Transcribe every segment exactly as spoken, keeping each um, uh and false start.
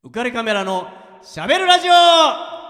浮かれカメラのしゃべるラジオ。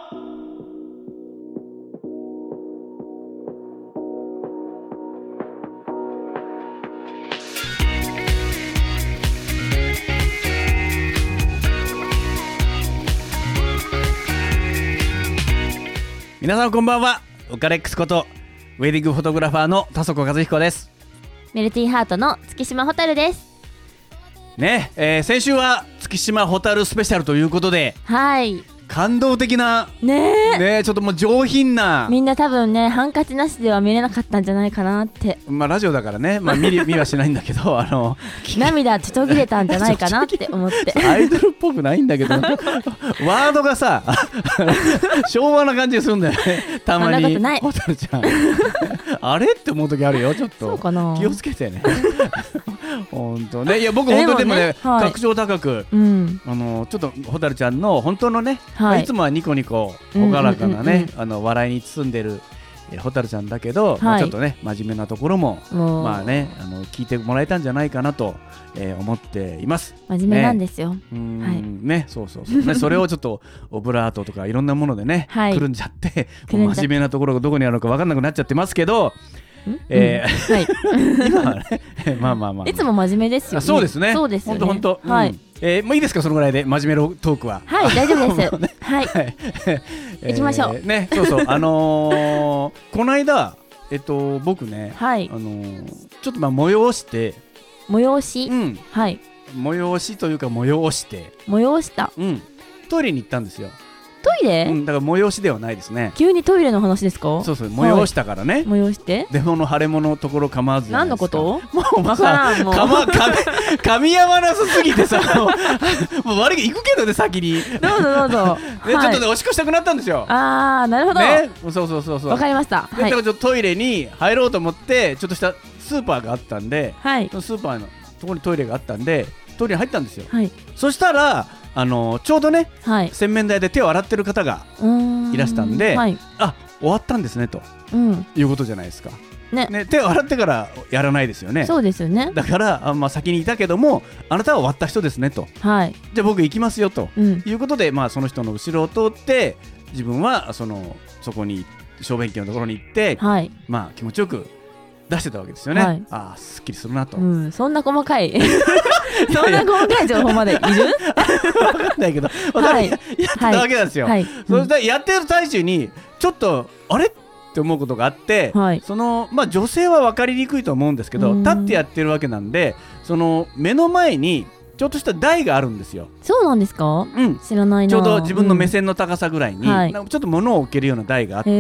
皆さんこんばんは。ウカレックスことウェディングフォトグラファーの田底和彦です。 メルティーハートの月島ホタルですね、えー、先週は月島ホタルスペシャルということで、 はい感動的なねえね、ちょっともう上品な、 みんな多分ねハンカチなしでは見れなかったんじゃないかなって。 まあラジオだからね、まあ見, 見はしないんだけどあの涙ちょちょぎれたんじゃないかなって思ってアイドルっぽくないんだけどワードがさ昭和な感じするんだよねたまに。 そんなことないホタルちゃんあれって思う時あるよ。ちょっとそうかな、 気をつけてね本当ね。いや僕本当でもね、 でもね、はい、 格調高く、 うん、 あのちょっとホタルちゃんの本当のね、 はいまあ、いつもはニコニコ朗らかなね、あの笑いに包んでるホタルちゃんだけど、はい、まあ、ちょっとね真面目なところもまあね、あの聞いてもらえたんじゃないかなと、えー、思っています。 真面目なんですよ、ね、 うん、 はい、 ね、そうそうそうね、それをちょっとオブラートとかいろんなものでね、はい、くるんじゃってもう真面目なところがどこにあるのか分かんなくなっちゃってますけど、えーはい、今はねまあまあまあ、 いつも真面目ですよね。 そうですね。 そうですよね。 本当本当。はい。うん、えー、もういいですか、そのぐらいで真面目なトークは。 はい、大丈夫です。 ね、 はい。行きましょう。 えー、ね、そうそう、あのー、この間えっと僕ね、 はい、 あのー、ちょっとまあ催して催し、 うん、 はい、 催しというか催して催した、 うん、トイレに行ったんですよ。 トイレ、 うん、だから催しではないですね。 急にトイレの話ですか。 そうそう、催したからね、はい、 催してデモの腫れ物のところ構わず。 何のこと。 もう分からん、もう噛み合わなさすぎてさもう悪い行くけどね、先にどうぞどうぞね、はい、ちょっとねおしっこしたくなったんですよ。 あー、なるほど、 ね、そうそうそうそう、 わかりました。 で、はい、だからちょっとトイレに入ろうと思ってちょっとしたスーパーがあったんで、はい、そのスーパーのところにトイレがあったんでトイレに入ったんですよ、はい、そしたらあのちょうどね、はい、洗面台で手を洗ってる方がいらしたんで、はい、あ、終わったんですねと、うん、いうことじゃないですか、ねね、手を洗ってからやらないですよね。 そうですよね。 だからあ、まあ、先にいたけどもあなたは終わった人ですねと、はい、じゃあ僕行きますよと、うん、いうことで、まあ、その人の後ろを通って自分はそのそこに小便器のところに行って、はい、まあ、気持ちよく出してたわけですよね、はい、あー、すっきりするなと、うん、 そんな細かいそんな細かい情報までいる分かんないけど、はい、やってたわけなんですよ、はいはい、そしてやってる最中にちょっとあれって思うことがあって、はい、そのまあ、女性は分かりにくいと思うんですけど、立ってやってるわけなんで、その目の前にちょっとした台があるんですよ。 そうなんですか、うん、知らないな。 ちょうど自分の目線の高さぐらいに、うん、なんかちょっと物を置けるような台があって、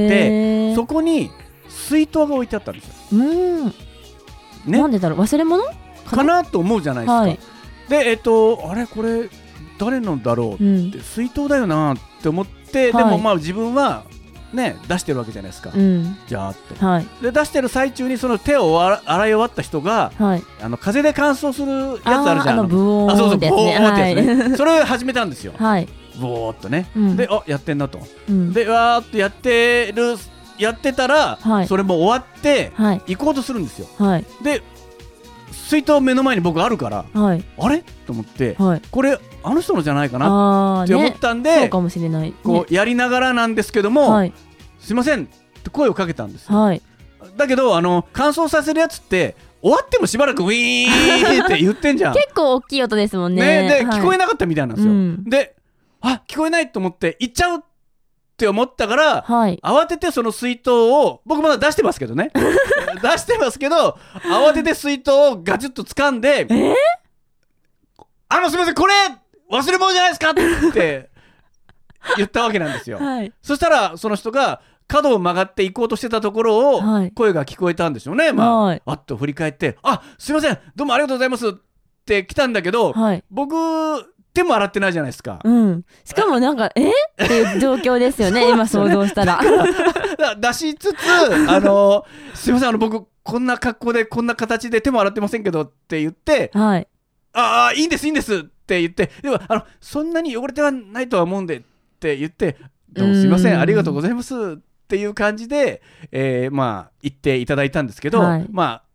そこに水筒が置いてあったんですよ。うーん、ね、 なんでだろう、忘れ物かなと思うじゃないですか、はい、で、えっと、あれこれ誰のだろうって、うん、水筒だよなって思って、はい、でもまあ自分はね出してるわけじゃないですか、うん、じゃーっと、はい、で出してる最中にその手を洗い終わった人が、はい、あの風で乾燥するやつあるじゃん。 あのブオーンですね。あ、そうそう、ブオーンってやつね、 はい、それを始めたんですよ、はい、ボーっとね、うん、で、あ、やってんなと、うん、でわーっとやってるやってたら、はい、それも終わって、はい、行こうとするんですよ、はい、で水筒目の前に僕あるから、はい、あれと思って、はい、これあの人のじゃないかなって思ったんで、 ね、そうかもしれない、ね、 こうやりながらなんですけども、はい、すいませんって声をかけたんですよ、はい、だけどあの乾燥させるやつって終わってもしばらくウィーンって言ってんじゃん結構大きい音ですもんね。 ねで、 はい、 聞こえなかったみたいなんですよ、うん、で、あ、聞こえないと思って行っちゃうって思ったから、はい、慌ててその水筒を僕まだ出してますけどね出してますけど慌てて水筒をガチッと掴んで、えー、あのすみませんこれ忘れ物じゃないですかって言ったわけなんですよ、はい、そしたらその人が角を曲がって行こうとしてたところを、はい、声が聞こえたんでしょうね、まあ、はい、あっと振り返って、あ、すいませんどうもありがとうございますって来たんだけど、はい、僕手も洗ってないじゃないですか、うん、 しかもなんかえっていう状況ですよね今想像したら出しつつあのすいませんあの僕こんな格好でこんな形で手も洗ってませんけどって言って、はい、ああいいんですいいんですって言って、でもあのそんなに汚れてはないとは思うんでって言って、どうもすいませんありがとうございますっていう感じで、えー、まあ言っていただいたんですけど、はい、まあ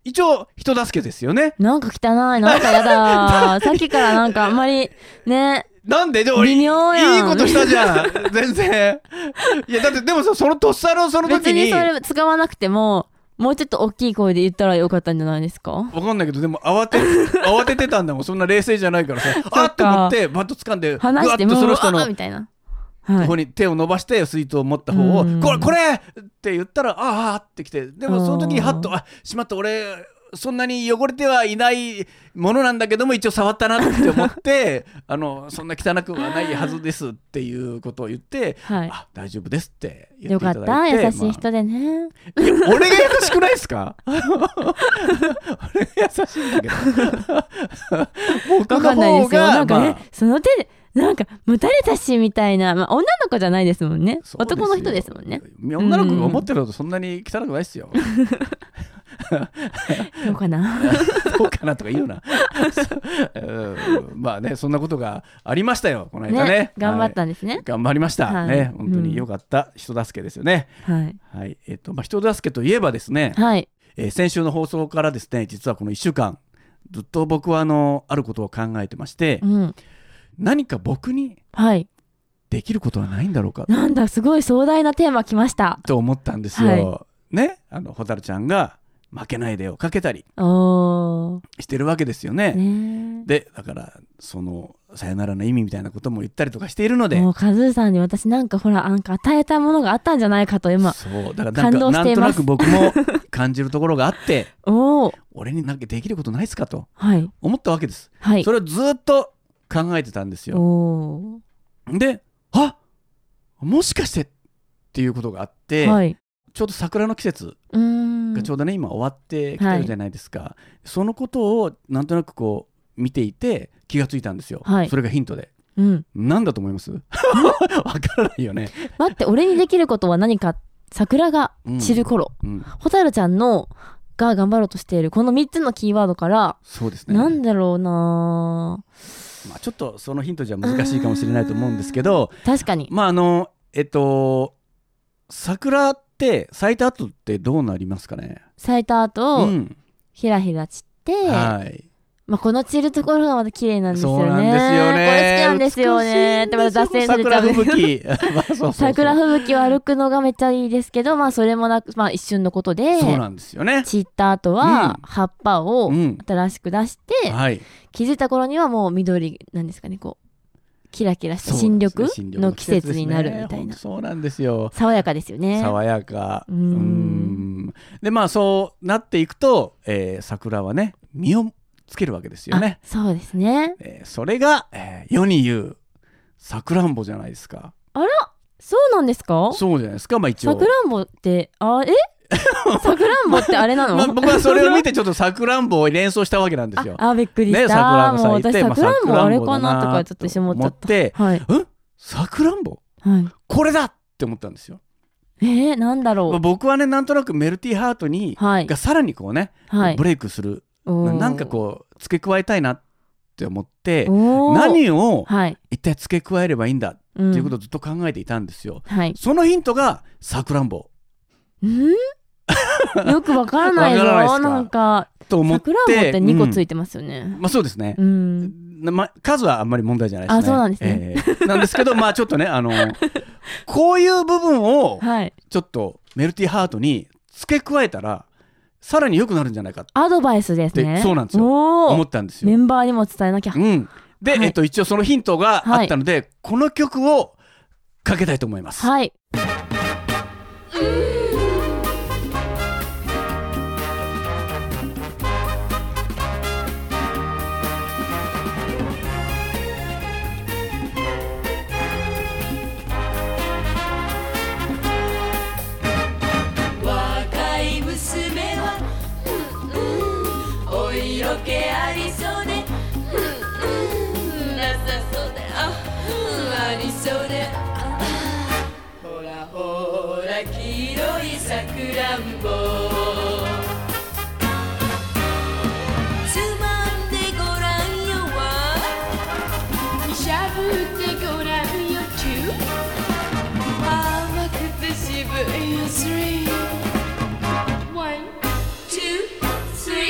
一応人助けですよね。 なんか汚い、なんかやださっきからなんかあんまりね。 なんででも微妙やん。いいことしたじゃん全然。いやだってでもさ、そのとっさのその時に別にそれ使わなくてももうちょっと大きい声で言ったらよかったんじゃないですか。 わかんないけど、でも慌て慌ててたんだもん。そんな冷静じゃないからさあっと思ってバッと掴んで話してぐわっとその人のみたいな、 はい、ここに手を伸ばして水筒を持った方をこれこれって言ったらああってきて、でもその時にハッとあしまった、俺そんなに汚れてはいないものなんだけども一応触ったなって思ってあのそんな汚くはないはずですっていうことを言って、はい、あ大丈夫ですって言っていただいて、 よかった優しい人でね、 まあ、いや俺が優しくないですか俺が優しいんだけど僕の方がわかんないですよ、なんかね、 まあ、 その手でなんかもたれたしみたいな、まあ、女の子じゃないですもんね、男の人ですもんね。 女の子が思ってるほどそんなに汚くないですよどうかなどうかなとか言うなまあね、そんなことがありましたよこの間 ね, ね頑張ったんですね、はい、 頑張りました、はい、ね、本当に良かった人助けですよね、 はいはい、えーとまあ、人助けといえばですね、 はい、 えー、先週の放送からですね、実はこのいっしゅうかんずっと僕はあのあることを考えてまして、うん、何か僕にできることはないんだろうか、 なんだすごい壮大なテーマ来ましたと思ったんですよ、はい、ね、あの蛍ちゃんが負けないでをかけたりしてるわけですよ ね, ねでだからそのさよならの意味みたいなことも言ったりとかしているので、 もうカズーさんに私なんかほらなんか与えたものがあったんじゃないかと今そうだからなんか感動しています。なんとなく僕も感じるところがあってお俺になんかできることないですかと思ったわけです、はい、それをずっと考えてたんですよ。おであもしかしてっていうことがあって、はい、ちょうど桜の季節がちょうどね今終わってきてるじゃないですか、はい、そのことをなんとなくこう見ていて気がついたんですよ、はい、それがヒントで、うん、なんだと思いますわからないよね。 待って俺にできることは何か、桜が散る頃、うんうん、蛍ちゃんのが頑張ろうとしているこのみっつのキーワードから、 そうですね、 なんだろうな、 まあ、ちょっとそのヒントじゃ難しいかもしれないと思うんですけど、 確かにまああのえっと桜って咲いた後ってどうなりますかね。 咲いた後、うん、ひらひら散って、はい、まあ、この散るところがまた綺麗なんですよね。 そうなんですよね。 これ好きなんですよね。ってまた脱線されちゃう。 桜吹雪そうそうそう、 桜吹雪を歩くのがめっちゃいいですけど、まあそれもなく、まあ一瞬のことで、 そうなんですよね。 散った後は葉っぱを新しく出して、うんはい、気づいた頃にはもう緑なんですかね、こうキラキラした新緑の季節になるみたいな。 そうなんですよ。 爽やかですよね。 爽やか。うんうんでまあそうなっていくと、えー、桜はね実をつけるわけですよね。 そうですね、 えー、それが、えー、世に言うさくらんぼじゃないですか。 あらそうなんですか。 そうじゃないですか。まあ一応さくらんぼってあえさくらんぼってあれなのまあ僕はそれを見てちょっとさくらんぼを連想したわけなんですよ。 ああびっくりした、ね、 桜が咲いて、 もう私さくらんぼあれかなとかちょっと一瞬思っちゃった。はい、 うんさくらんぼ、はい、これだって思ったんですよ。 えー、なんだろう、 まあ、僕はねなんとなくメルティーハートに、はい、がさらにこうね、はい、ブレイクするなんかこう付け加えたいなって思って何を一体付け加えればいいんだっていうことをずっと考えていたんですよ、はい、そのヒントがさくらんぼ。 んよくわからないぞなんかと思ってさくらんぼってにこついてますよね、 うん、まあそうですね、うんま、数はあんまり問題じゃないですね。 あそうなんですね、 えー、なんですけどまあちょっとねあのこういう部分をちょっとメルティーハートに付け加えたらさらに良くなるんじゃないかってアドバイスですね。 そうなんですよ。思ったんですよ。 メンバーにも伝えなきゃ、 うん、で、はい、えっと、一応そのヒントがあったので、はい、この曲をかけたいと思います。 はいありそうで、うんうん、なさそうで、あ、うん、ありそうで、ほらほら黄色いさくらんぼつまんでごらんよわしゃぶってごらんよチュー甘くて渋いよスリーワン、ツー、スリー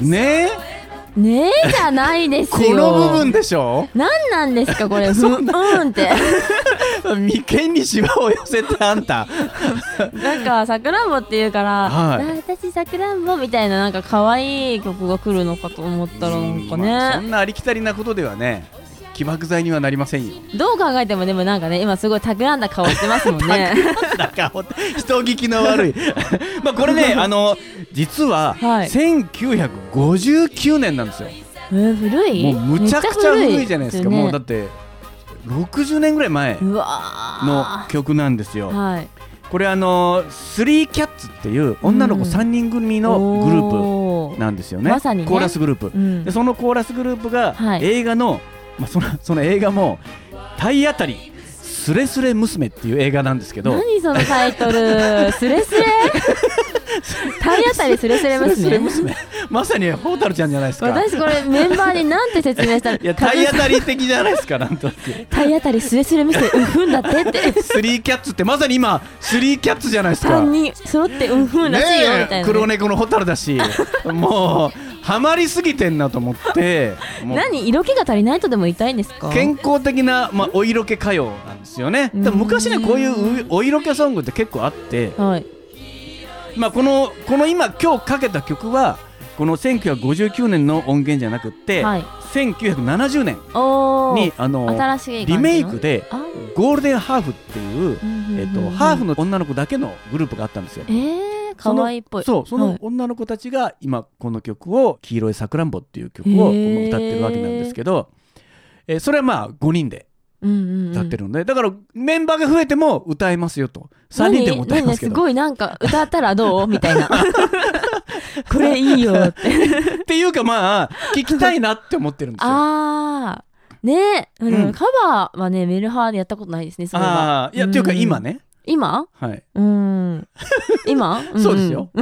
ねえねえじゃないですよ。 この部分でしょ。 何なんですかこれ。ふんうんって眉間にシワを寄せてあんたなんかさくらんぼっていうから、はい、私さくらんぼみたいななんか可愛い曲が来るのかと思ったらなんかね、まあ、 そんなありきたりなことではね起爆剤にはなりませんよ。 どう考えてもでもなんかね今すごい企んだ顔してますもんね企んだ顔って人聞きの悪いまあこれねあの実はせんきゅうひゃくごじゅうきゅうねんなんですよ、 えー、古い。 もうむちゃくちゃ古いじゃないですか。もうだってろくじゅうねんぐらい前の曲なんですよ。はい、これあのスリーキャッツっていう女の子さんにん組のグループなんですよね、うんまさにね、コーラスグループ、うん、でそのコーラスグループが映画の、はいまあ、その、その映画も体当たりスレスレ娘っていう映画なんですけど。 何そのタイトルスレスレ体当たりスレスレ娘。スレスレ娘まさにホタルちゃんじゃないですか。 私これメンバーになんて説明したらいや体当たり的じゃないですか。なんと体当たりスレスレ娘うんふんだってってスリーキャッツってまさに今スリーキャッツじゃないですか。 さんにん揃ってうんふんらしいよみたいな、ね、 黒猫のホタルだしもうハマりすぎてんなと思って何色気が足りないとでも言いたいんですか。 健康的な、まあ、お色気歌謡なんですよね。でも昔ねこういうお色気ソングって結構あって、はいまあ、この、この今今日かけた曲はこのせんきゅうひゃくごじゅうきゅうねんの音源じゃなくって、はい、せんきゅうひゃくななじゅうねんにあの新しいリメイクでゴールデンハーフっていう、えっと、ハーフの女の子だけのグループがあったんですよ。 えー可愛いっぽい。 そう、その女の子たちが今この曲を黄色いさくらんぼっていう曲を歌ってるわけなんですけど、えー、それはまあごにんで歌ってるので、うんうんうん、だからメンバーが増えても歌えますよと。さんにんでも歌えますけど、 すごいなんか歌ったらどうみたいなこれいいよってっていうかまあ聞きたいなって思ってるんですよ。 あーねえ、うん、カバーはねメルハーでやったことないですね。それはあいや、うん、っていうか今ね今はい。 うーん。今そうですよ。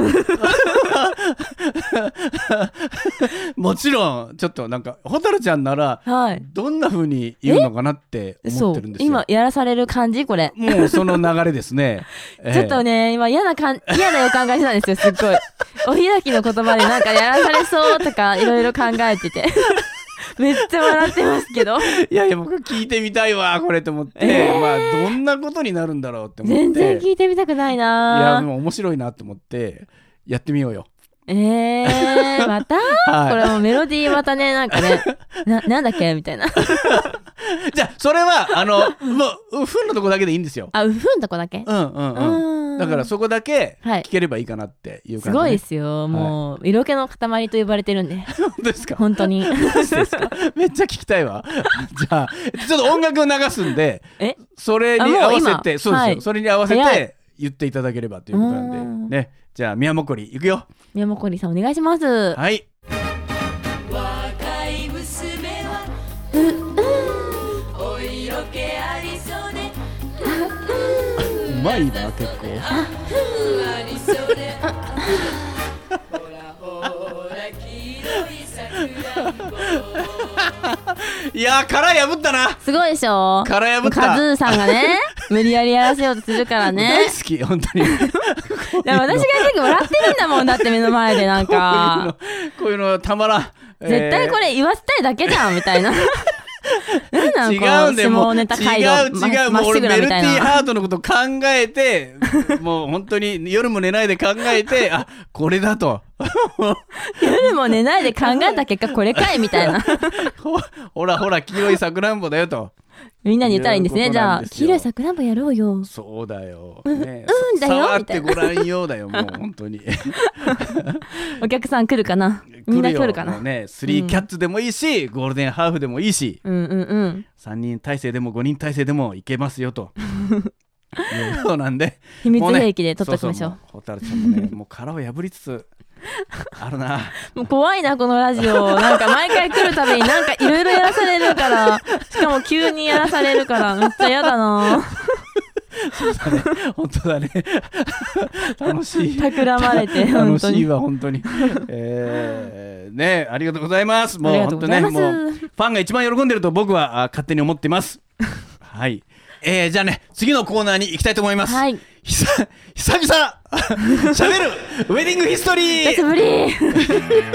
もちろん、ちょっとなんか、ホタルちゃんなら、はい、どんな風に言うのかなって思ってるんですよ。 今、やらされる感じこれ。 もうその流れですね。 ちょっとね、今嫌なかん、嫌な予感がしたんですよ、すっごい。お開きの言葉でなんかやらされそうとか、いろいろ考えてて。めっちゃ笑ってますけどいやいや僕聞いてみたいわこれと思って、えー、まあどんなことになるんだろうって思って全然聞いてみたくないな。 いやでも面白いなって思ってやってみようよ。 えー、また、はい、これもメロディーまたねなんかね な, なんだっけみたいなじゃあそれはあのもううふんのとこだけでいいんですよ。 あうふんのとこだけうんうんうんだからそこだけ聞ければいいかなっていう感じ、ねはい、 すごいですよもう、はい、色気の塊と呼ばれてるんで本当ですか本当にですかめっちゃ聞きたいわじゃあちょっと音楽を流すんでえそれに合わせてそうですよ、はい、それに合わせて言っていただければということなんでね。じゃあ宮もこりいくよ。 宮もこりさんお願いします。 はい若い娘はううお色気ありそうでうまいな結構ありそうでほらほら黄色い桜んぼいやー殻破ったな。 すごいでしょ殻破った。 カズーさんがね無理やりやらせようとするからね大好き本当にでも私が結構笑ってるんだもんだって目の前でなんかこういうのこういうのたまらん、 えー、絶対これ言わせたいだけじゃんみたいななんなん違うんだよもう違う違うもう俺メルティーハートのこと考えてもう本当に夜も寝ないで考えてあこれだと夜も寝ないで考えた結果これかいみたいなほ, ほらほら黄色いさくらんぼだよとみんなに言ったらいいんですね。じゃあ黄色いさくらんぼやろうよ。 そうだよ、 ね、うんだよ触ってごらんようだよもう本当にお客さん来るかなみんな来るかなね。スリーキャッツでもいいし、うん、ゴールデンハーフでもいいし、 うんうんうん、 さんにん体制でもごにん体制でもいけますよということなんで秘密兵器で取っときましょう。 ホタルちゃんもねもう殻を破りつつあるなもう怖いなこのラジオなんか毎回来るたびになんかいろいろやらされるからしかも急にやらされるからめっちゃやだなそうだね本当だね楽しい企まれて楽しいわ本当にえー、ねありがとうございます。もう本当ねもうファンが一番喜んでると僕は勝手に思ってますはいえー、じゃあね次のコーナーに行きたいと思います。 はい久々喋るウェディングヒストリー久しぶり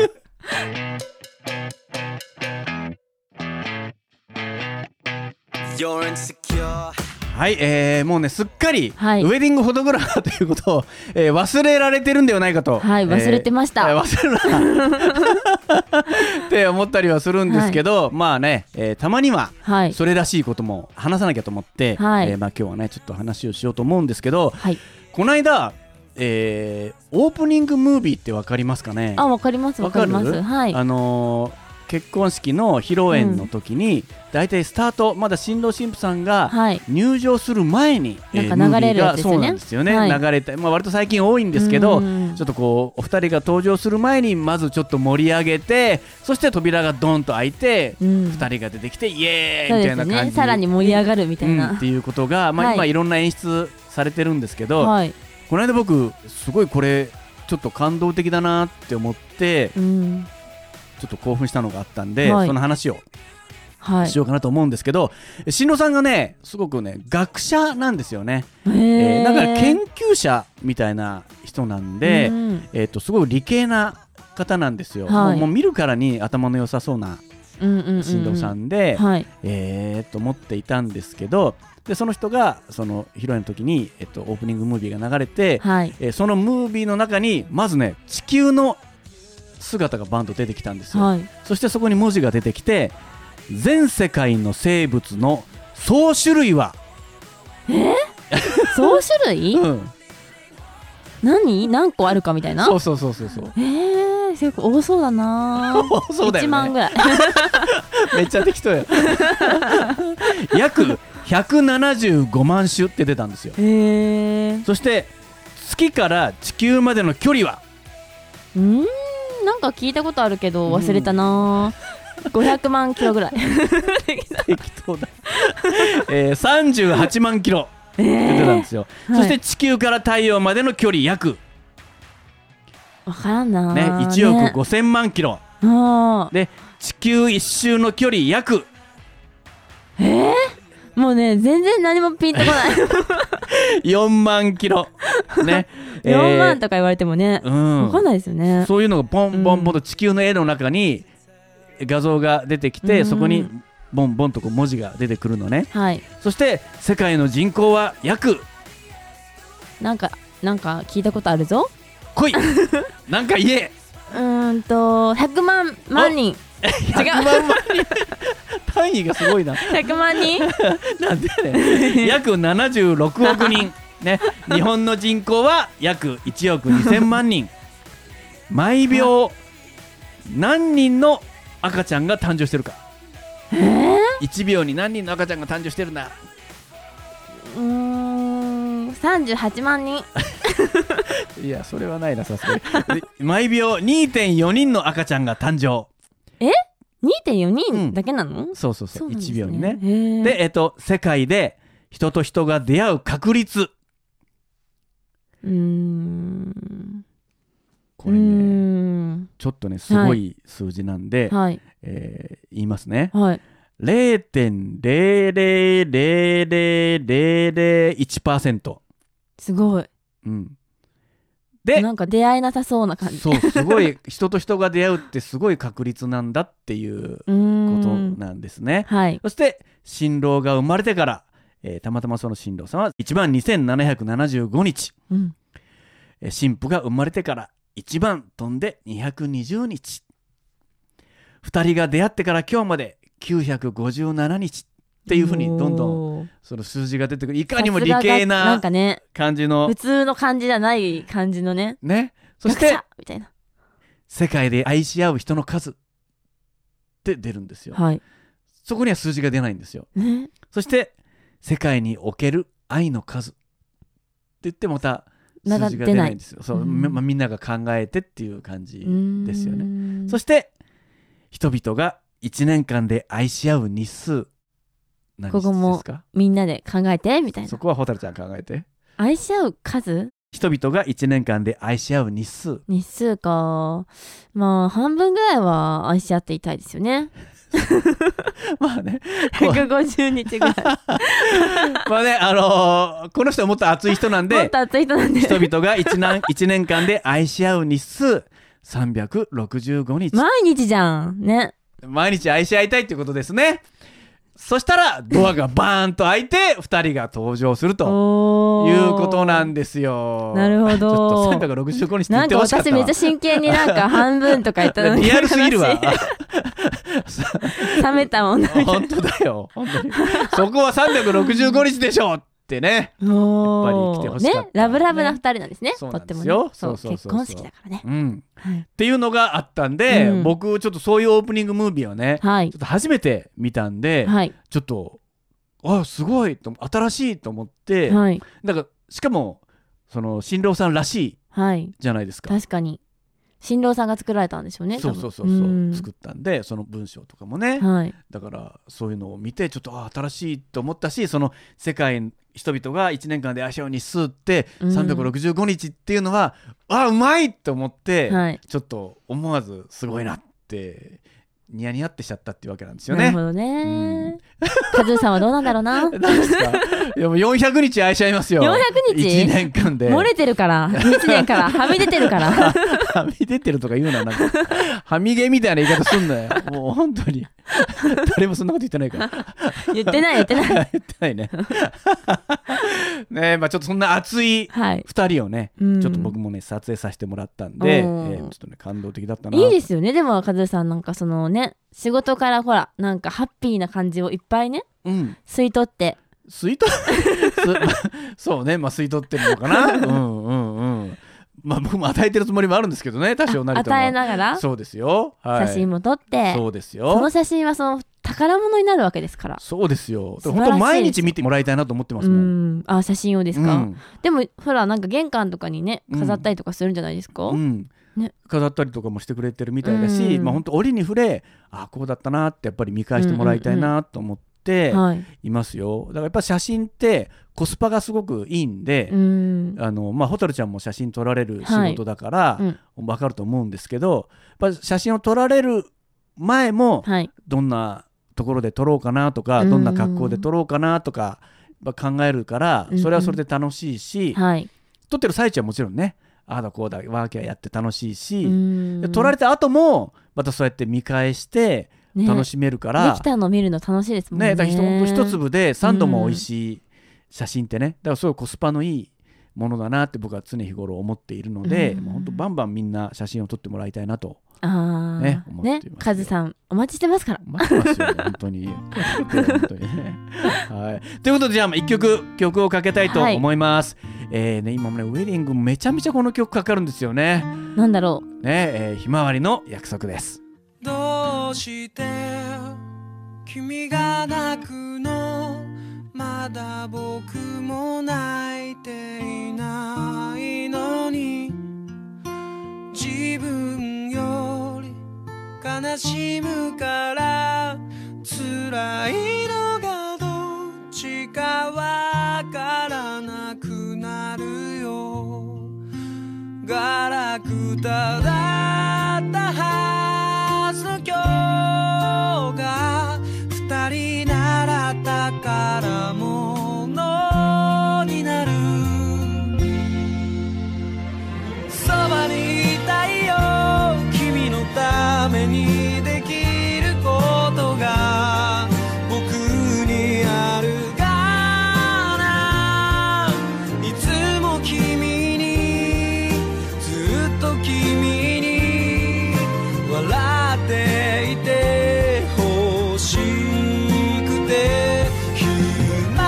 はい、えー、もうねすっかり、はい、ウェディングフォトグラファーということを、えー、忘れられてるんではないかと、 はい、忘れてました、 えー、忘れるなって思ったりはするんですけど、はい、まあね、えー、たまにはそれらしいことも話さなきゃと思って、はい、えーまあ、今日はねちょっと話をしようと思うんですけど、はい、この間、えー、オープニングムービーって分かりますかね。 あ、分かります分かります、はい、 あのー結婚式の披露宴の時に、うん、だいたいスタートまだ新郎新婦さんが入場する前に、 はい、えー、なんか流れるやつですよね。 そうなんですよね、はい、流れて、まあ、割と最近多いんですけど、ちょっとこうお二人が登場する前にまずちょっと盛り上げて、そして扉がドンと開いて、うん、二人が出てきてイエーイみたいな感じ、ね、 さらに盛り上がるみたいな、 うん、っていうことが、まあ、今いろんな演出されてるんですけど、はい、この間僕すごいこれちょっと感動的だなって思って、うん、ちょっと興奮したのがあったんで、はい、その話をしようかなと思うんですけど、はい、新郎さんがねすごくね学者なんですよね。えー、だから研究者みたいな人なんで、うん、えー、とすごい理系な方なんですよ。はい、もう、もう見るからに頭の良さそうな新郎さんで、はい、えー、と思っていたんですけど、でその人がその披露宴の時に、えっと、オープニングムービーが流れて、はい、えー、そのムービーの中にまずね地球の姿がバンと出てきたんですよ。はい、そしてそこに文字が出てきて、全世界の生物の総種類はえー、総種類、うん、何何個あるかみたいな。 そうそうそうそうそう。 えー、結構多そうだな多そうだよね。 いちまんぐらいめっちゃ適当や約ひゃくななじゅうごまん種って出たんですよ。えー、そして月から地球までの距離はうーんなんか聞いたことあるけど忘れたな、うん、ごひゃくまんキロぐらい適当だ、えー、さんじゅうはちまんキロ出てたんですよ。えー、そして地球から太陽までの距離約わからんな、 ね、いちおくごせんまんキロ、ね、で地球一周の距離約えー、もうね全然何もピンとこないよんまんキロ、ね、 よんまんとか言われてもね、うん、分かんないですよね。 そういうのがボンボンボンと地球の絵の中に画像が出てきて、うん、そこにボンボンとこう文字が出てくるのね。はい、そして世界の人口は約なんかなんか聞いたことあるぞ。 来いなんか言え。 うーんとひゃくまん万人。 ひゃくまん万人単位がすごいな。 ひゃくまんにんなんでね約ななじゅうろくおくにんね、日本の人口は約いちおくにせんまんにん。毎秒何人の赤ちゃんが誕生してるか。えー、いちびょうに何人の赤ちゃんが誕生してるんだ。 うーんさんじゅうはちまんにんいやそれはないなさすがに毎秒 にてんよにんの赤ちゃんが誕生。 え にてんよにんだけなの、 うん、そうそうそう、そうなんですね、いちびょうにね。で、えっと、世界で人と人が出会う確率、うーんこれねうーんちょっとねすごい数字なんで、はいえー、言いますね、はい、ゼロてんゼロゼロゼロゼロゼロゼロいちパーセント。 すごい、うん、でなんか出会えなさそうな感じ。 そうすごい人と人が出会うってすごい確率なんだっていうことなんですね。はい、そして新郎が生まれてから、えー、たまたまその新郎さんはいちまんにせんななひゃくななじゅうごにち、うん、えー、新婦が生まれてからいちばん飛んでにひゃくにじゅうにち、ふたりが出会ってから今日まできゅうひゃくごじゅうななにちっていう風にどんどんその数字が出てくる。いかにも理系な感じの、 普通の感じじゃない感じのね。 ね。そしてみたいな世界で愛し合う人の数って出るんですよ。はい、そこには数字が出ないんですよ。ね、そして世界における愛の数って言ってまた数字が出ないんですよ。そう、まあ、みんなが考えてっていう感じですよね。そして人々がいちねんかんで愛し合う日数、何日ですか？ここもみんなで考えてみたいな。 そこはホタルちゃん考えて。 愛し合う数？ 人々がいちねんかんで愛し合う日数。 日数か。まあ半分ぐらいは愛し合っていたいですよね。まあね、ひゃくごじゅうにちぐらいまあね、あのー、この人はもっと熱い人なんで、 もっと熱い人なんで人々が 1, 1年間で愛し合う日数さんびゃくろくじゅうごにち毎日じゃんね。 毎日愛し合いたいっていうことですね。そしたらドアがバーンと開いてふたりが登場するということなんですよ。 なるほど。ちょっとさんびゃくろくじゅうごにちって言ってほしかった。 なんか私めっちゃ真剣になんか半分とか言ったのにリアルすぎるわ。 冷めたもの。 本当だよ。本当にそこはさんびゃくろくじゅうごにちでしょってね。やっぱり来てほしかった、ね。 ね、ラブラブなふたりなんですね。 そうなんですよ。 とってもね、そうそうそうそう結婚式だからね。 うん。はい、っていうのがあったんで、うん、僕ちょっとそういうオープニングムービーをね、はい、ちょっと初めて見たんで、はい、ちょっとあすごいと新しいと思って、はい、だからしかもその新郎さんらしいじゃないですか。 確かに新郎さんが作られたんでしょうね。 そうそうそうそう、うん、作ったんでその文章とかもね、はい、だからそういうのを見てちょっとあ新しいと思ったし、その世界人々がいちねんかんで足を日数ってさんびゃくろくじゅうごにちっていうのは、うん、あうまいと思って、はい、ちょっと思わずすごいなってニヤニヤってしちゃったっていうわけなんですよね。 なるほどね。カズーさんはどうなんだろうな。 何ですか。いやもうよんひゃくにち愛し合いますよ。 よんひゃくにちいちねんかんで漏れてるからいちねんからはみ出てるからはみ出てるとか言うな、なんかはみ毛みたいな言い方すんなよ。もう本当に誰もそんなこと言ってないから言ってない言ってない言ってないねねえ、まあちょっとそんな熱いふたりをね、はい、ちょっと僕もね撮影させてもらったんで、えー、ちょっとね感動的だったな。 いいですよね。でもカズーさんなんかそのね仕事からほらなんかハッピーな感じをいっぱいね、うん、吸い取って吸い取そうね、まあ吸い取ってるのかなうんうんうんまあ僕も与えてるつもりもあるんですけどね、多少なりとも与えながらそうですよ、 はい、写真も撮ってそうですよ。 その写真はその宝物になるわけですから。 そうですよ。本当毎日見てもらいたいなと思ってますもん。 うんあ写真をですか、うん、でもほらなんか玄関とかにね飾ったりとかするんじゃないですか、うんうんね、 飾ったりとかもしてくれてるみたいだし、うんまあ、本当折に触れあこうだったなってやっぱり見返してもらいたいなと思っていますよ、うんうんうん、だからやっぱ写真ってコスパがすごくいいんで、うんあのまあ、蛍ちゃんも写真撮られる仕事だから、はいうん、分かると思うんですけど、やっぱ写真を撮られる前も、はい、どんなところで撮ろうかなとか、うん、どんな格好で撮ろうかなとか考えるから、それはそれで楽しいし、うんうんはい、撮ってる最中はもちろんねああだこうだワーキャーやって楽しいし、で撮られた後もまたそうやって見返して楽しめるから、 ね、できたの見るの楽しいですもんね。 ねだから一粒で三度も美味しい写真ってね、だからすごいコスパのいいものだなって僕は常日頃思っているので、もう本当バンバンみんな写真を撮ってもらいたいなとあね思っていますね。カズさんお待ちしてますから。 待ってますよ本当に本当にね、はい、ということでじゃあいっきょく曲をかけたいと思います、はいえーね、今もねウェディングめちゃめちゃこの曲かかるんですよね。 なんだろうね、えー、ひまわりの約束です。 どうして君が泣くの、まだ僕も泣いていないのに、自分より悲しむから辛いのがどっちかわからなくなるよ。ガラクタだったはずの今日が二人なら宝物になる。そばにいたいよ君のためにできることが僕にあるかな。いつも君にずっと君に笑っていてほしくて、ひま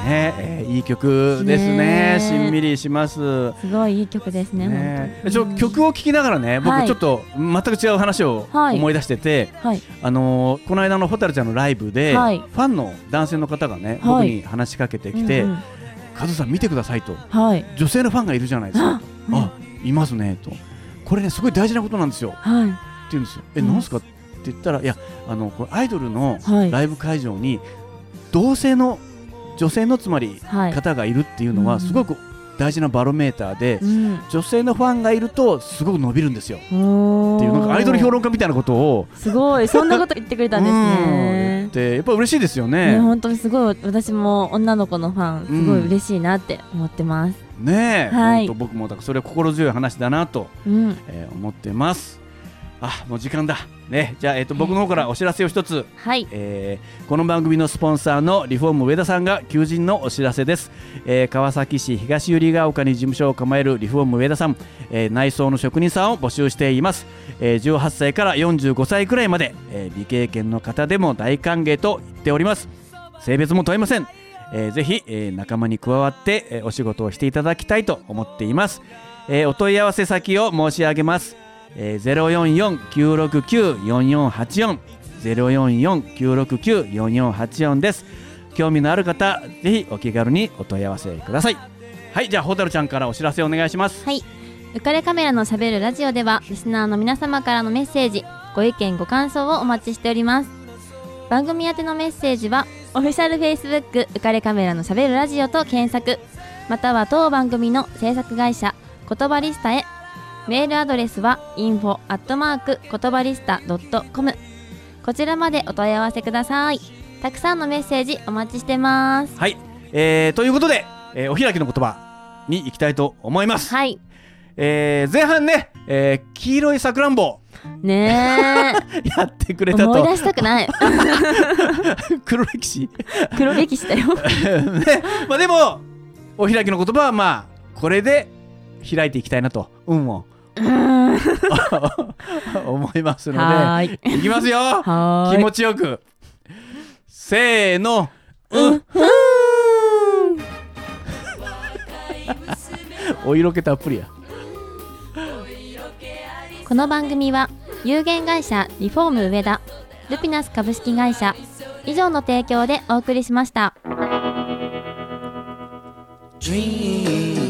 ねえー、いい曲です ね, ねしんみりします。 すごいいい曲です ね, ねちょ曲を聴きながらね、僕ちょっと全く違う話を思い出してて、はいはい、あのー、この間の蛍ちゃんのライブで、はい、ファンの男性の方がね、僕に話しかけてきて、うんうん、カズさん見てくださいと、はい、女性のファンがいるじゃないですかと、うん、あいますねと、これねすごい大事なことなんですよ、はい、って言うんですよ。え、うん、なんすかって言ったら、いやあのこれアイドルのライブ会場に同性の女性のつまり方がいるっていうのはすごく大事なバロメーターで、うん、女性のファンがいるとすごく伸びるんですよっていう、なんかアイドル評論家みたいなことをすごいそんなこと言ってくれたんですねってやっぱ嬉しいですよね。 本当にすごい、私も女の子のファンすごい嬉しいなって思ってます、 うん、ねえ、はい、本当僕もだからそれは心強い話だなと、うんえー、思ってます。あ、もう時間だね。じゃあ、えー、と僕の方からお知らせを一つ、はいえー、この番組のスポンサーのリフォーム上田さんが求人のお知らせです、えー、川崎市東百合ヶ丘に事務所を構えるリフォーム上田さん、えー、内装の職人さんを募集しています、えー、じゅうはっさいからよんじゅうごさいくらいまで、えー、未経験の方でも大歓迎と言っております。性別も問いません、えー、ぜひ、えー、仲間に加わって、えー、お仕事をしていただきたいと思っています、えー、お問い合わせ先を申し上げます。えー、ゼロよんよん きゅうろくきゅう よんよんはちよん ゼロよんよん きゅうろくきゅう よんよんはちよんです。興味のある方ぜひお気軽にお問い合わせください。はい、じゃあ蛍ちゃんからお知らせお願いします。 はい、浮かれカメラのしゃべるラジオではリスナーの皆様からのメッセージ、ご意見ご感想をお待ちしております。番組宛てのメッセージはオフィシャルフェイスブック浮かれカメラのしゃべるラジオと検索、または当番組の制作会社言葉リスタへ。メールアドレスは インフォ アットマーク 言葉リスタ ドット コム、 こちらまでお問い合わせください。たくさんのメッセージお待ちしてます。 はい、えー、ということで、えー、お開きの言葉に行きたいと思います。はい、えー、前半ね、えー、黄色いさくらんぼねやってくれたと思い出したくない黒歴史黒歴史だよ、 ね、まあ、でもお開きの言葉はまあこれで開いていきたいなと運を思いますので、いきますよ。気持ちよくせーの、うん、お色気たっぷりや。 この番組は有限会社リフォーム上田、ルピナス株式会社以上の提供でお送りしました。Dream